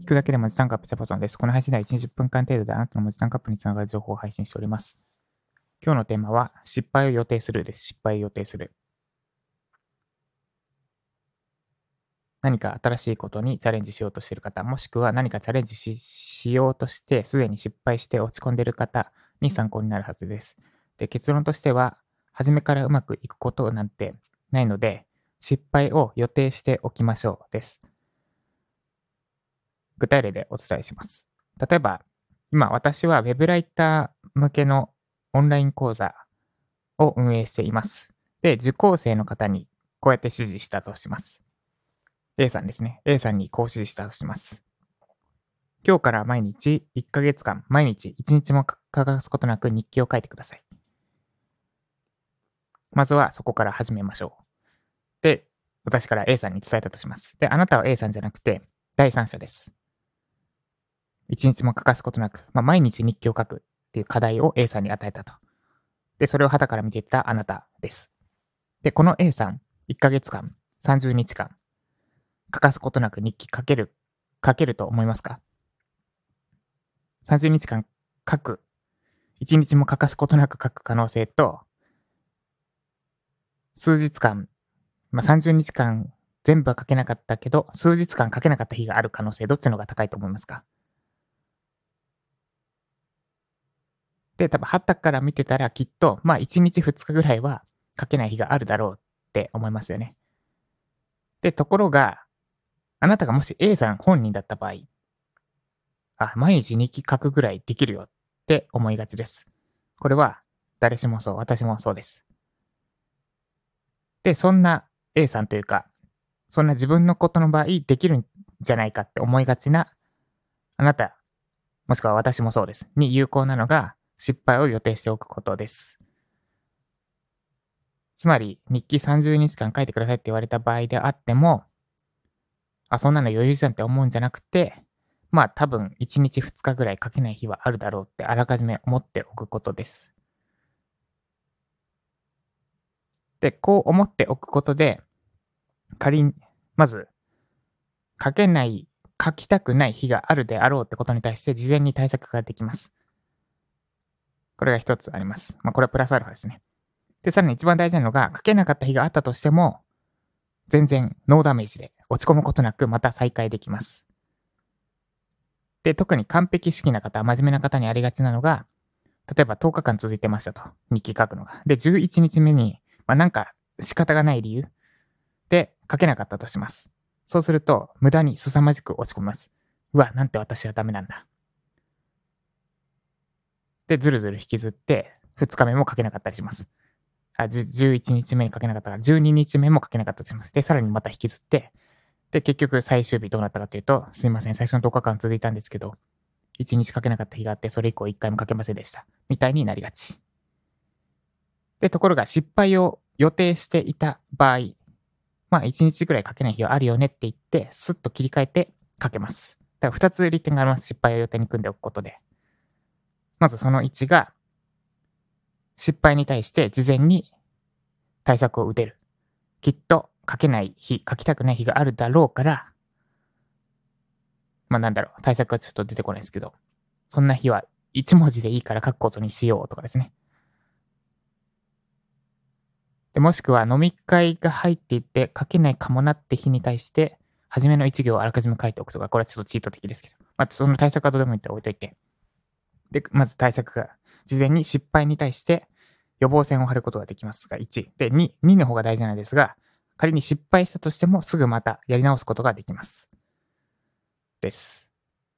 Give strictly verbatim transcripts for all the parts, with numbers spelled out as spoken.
くだけで文字単価アップジャパソンです。この配信ではいちにちじゅっぷんかん程度であなたの文字単価アップにつながる情報を配信しております。今日のテーマは失敗を予定するです。失敗を予定する。何か新しいことにチャレンジしようとしている方、もしくは何かチャレンジ し, しようとしてすでに失敗して落ち込んでいる方に参考になるはずです。で、結論としては、初めからうまくいくことなんてないので、失敗を予定しておきましょうです。具体例でお伝えします。例えば、今私はウェブライター向けのオンライン講座を運営しています。で、受講生の方にこうやって指示したとします。A さんですね。A さんにこう指示したとします。今日から毎日いっかげつかん、毎日いちにちも欠かすことなく日記を書いてください。まずはそこから始めましょう。で、私から A さんに伝えたとします。で、あなたは A さんじゃなくて第三者です。一日も欠かすことなく、まあ、毎日日記を書くっていう課題を A さんに与えたと。で、それを傍から見ていたあなたです。で、この A さん、いっかげつかん、さんじゅうにちかん、欠かすことなく日記書ける、書けると思いますか？ さんじゅうにちかん書く、いちにちも欠かすことなく書く可能性と、数日間、まあ、さんじゅうにちかん全部は書けなかったけど、数日間書けなかった日がある可能性、どっちの方が高いと思いますか？で、多分、はたから見てたらきっと、まあ、いちにちふつかぐらいは書けない日があるだろうって思いますよね。で、ところが、あなたがもし A さん本人だった場合、あ、毎日日記書くぐらいできるよって思いがちです。これは、誰しもそう、私もそうです。で、そんな A さんというか、そんな自分のことの場合、できるんじゃないかって思いがちな、あなた、もしくは私もそうです。に有効なのが、失敗を予定しておくことです。つまり、日記さんじゅうにちかん書いてくださいって言われた場合であっても、あ、そんなの余裕じゃんって思うんじゃなくて、まあ多分いちにちふつかぐらい書けない日はあるだろうってあらかじめ思っておくことです。で、こう思っておくことで、仮に、まず、書けない、書きたくない日があるであろうってことに対して事前に対策ができます。これが一つあります。まあこれはプラスアルファですね。で、さらに一番大事なのが、書けなかった日があったとしても、全然ノーダメージで落ち込むことなくまた再開できます。で、特に完璧主義な方、真面目な方にありがちなのが、例えばとおかかん続いてましたと。日記書くのが。で、じゅういちにちめに、まあなんか仕方がない理由で書けなかったとします。そうすると、無駄に凄まじく落ち込みます。うわ、なんて私はダメなんだ。で、ずるずる引きずって、ふつかめも書けなかったりします。あ、じゅういちにちめに書けなかったから、じゅうににちめも書けなかったとします。で、さらにまた引きずって、で、結局最終日どうなったかというと、すいません、最初のとおかかん続いたんですけど、いちにち書けなかった日があって、それ以降いっかいも書けませんでした。みたいになりがち。で、ところが失敗を予定していた場合、まあいちにちぐらい書けない日はあるよねって言って、スッと切り替えて書けます。だからふたつ利点があります。失敗を予定に組んでおくことで。まずそのいちが、失敗に対して事前に対策を打てる。きっと書けない日、書きたくない日があるだろうから、まあなんだろう、対策はちょっと出てこないですけど、そんな日はいち文字でいいから書くことにしようとかですね。で、もしくは飲み会が入っていて書けないかもなって日に対して、初めのいち行をあらかじめ書いておくとか、これはちょっとチート的ですけど、まあその対策はどうでもいいって置いといて。で、まず対策が、事前に失敗に対して予防線を張ることができますが、いち。で、に、にの方が大事なんですが、仮に失敗したとしてもすぐまたやり直すことができます。です。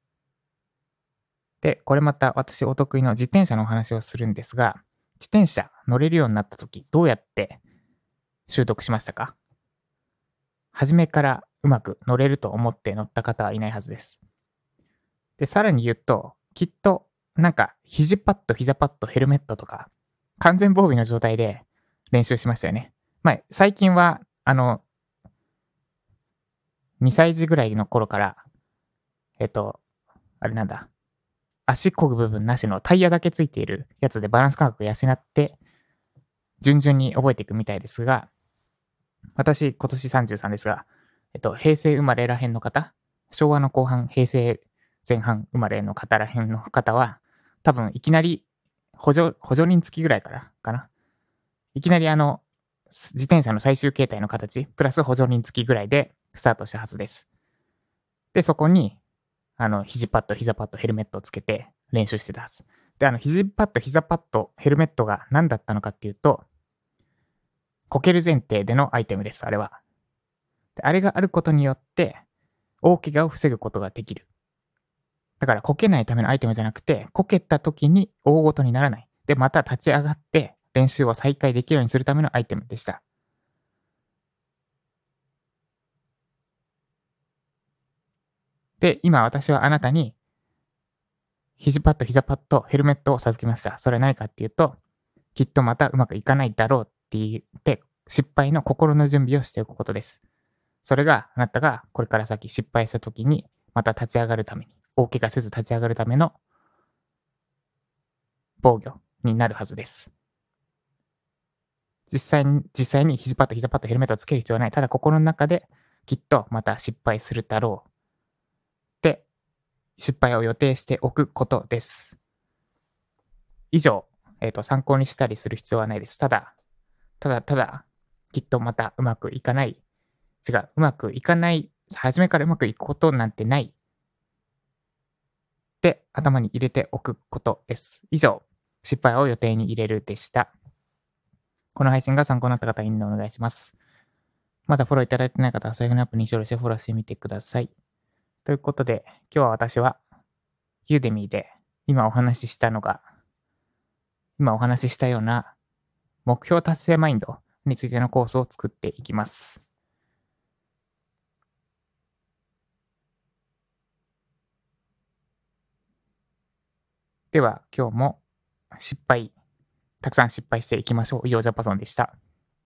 で、これまた私お得意の自転車のお話をするんですが、自転車乗れるようになった時、どうやって習得しましたか？初めからうまく乗れると思って乗った方はいないはずです。で、さらに言うと、きっと、なんか、肘パッド、膝パッド、ヘルメットとか、完全防備の状態で練習しましたよね。まあ、最近は、あの、にさい児ぐらいの頃から、えっと、あれなんだ、足漕ぐ部分なしのタイヤだけついているやつでバランス感覚を養って、順々に覚えていくみたいですが、私、今年さんじゅうさんですが、えっと、平成生まれらへんの方、 昭和の後半、平成前半生まれの方らへんの方は、多分いきなり補助、補助輪付きぐらいからかな。いきなりあの、自転車の最終形態の形、プラス補助輪付きぐらいでスタートしたはずです。で、そこに、あの、肘パッド、膝パッド、ヘルメットをつけて練習してたはず。で、あの、肘パッド、膝パッド、ヘルメットが何だったのかっていうと、こける前提でのアイテムです、あれは。で、あれがあることによって、大怪我を防ぐことができる。だから、こけないためのアイテムじゃなくて、こけた時に大ごとにならない。で、また立ち上がって練習を再開できるようにするためのアイテムでした。で、今私はあなたに、肘パッド、膝パッド、ヘルメットを授けました。それは何かっていうと、きっとまたうまくいかないだろうって言って、失敗の心の準備をしておくことです。それがあなたがこれから先失敗した時にまた立ち上がるために、大怪我せず立ち上がるための防御になるはずです。実際に、実際に肘パッド、膝パッド、ヘルメットをつける必要はない。ただ心の中できっとまた失敗するだろうって失敗を予定しておくことです。以上、えっと、参考にしたりする必要はないです。ただ、ただただ、きっとまたうまくいかない。違う、うまくいかない。初めからうまくいくことなんてない。って頭に入れておくことです。以上、失敗を予定に入れるでした。この配信が参考になった方、いいねお願いします。まだフォローいただいてない方は、財布のアップにインストールしてフォローしてみてください。ということで、今日は私は、ユーデミーで、今お話ししたのが、今お話ししたような、目標達成マインドについてのコースを作っていきます。では、今日も失敗、たくさん失敗していきましょう。以上、ジャパソンでした。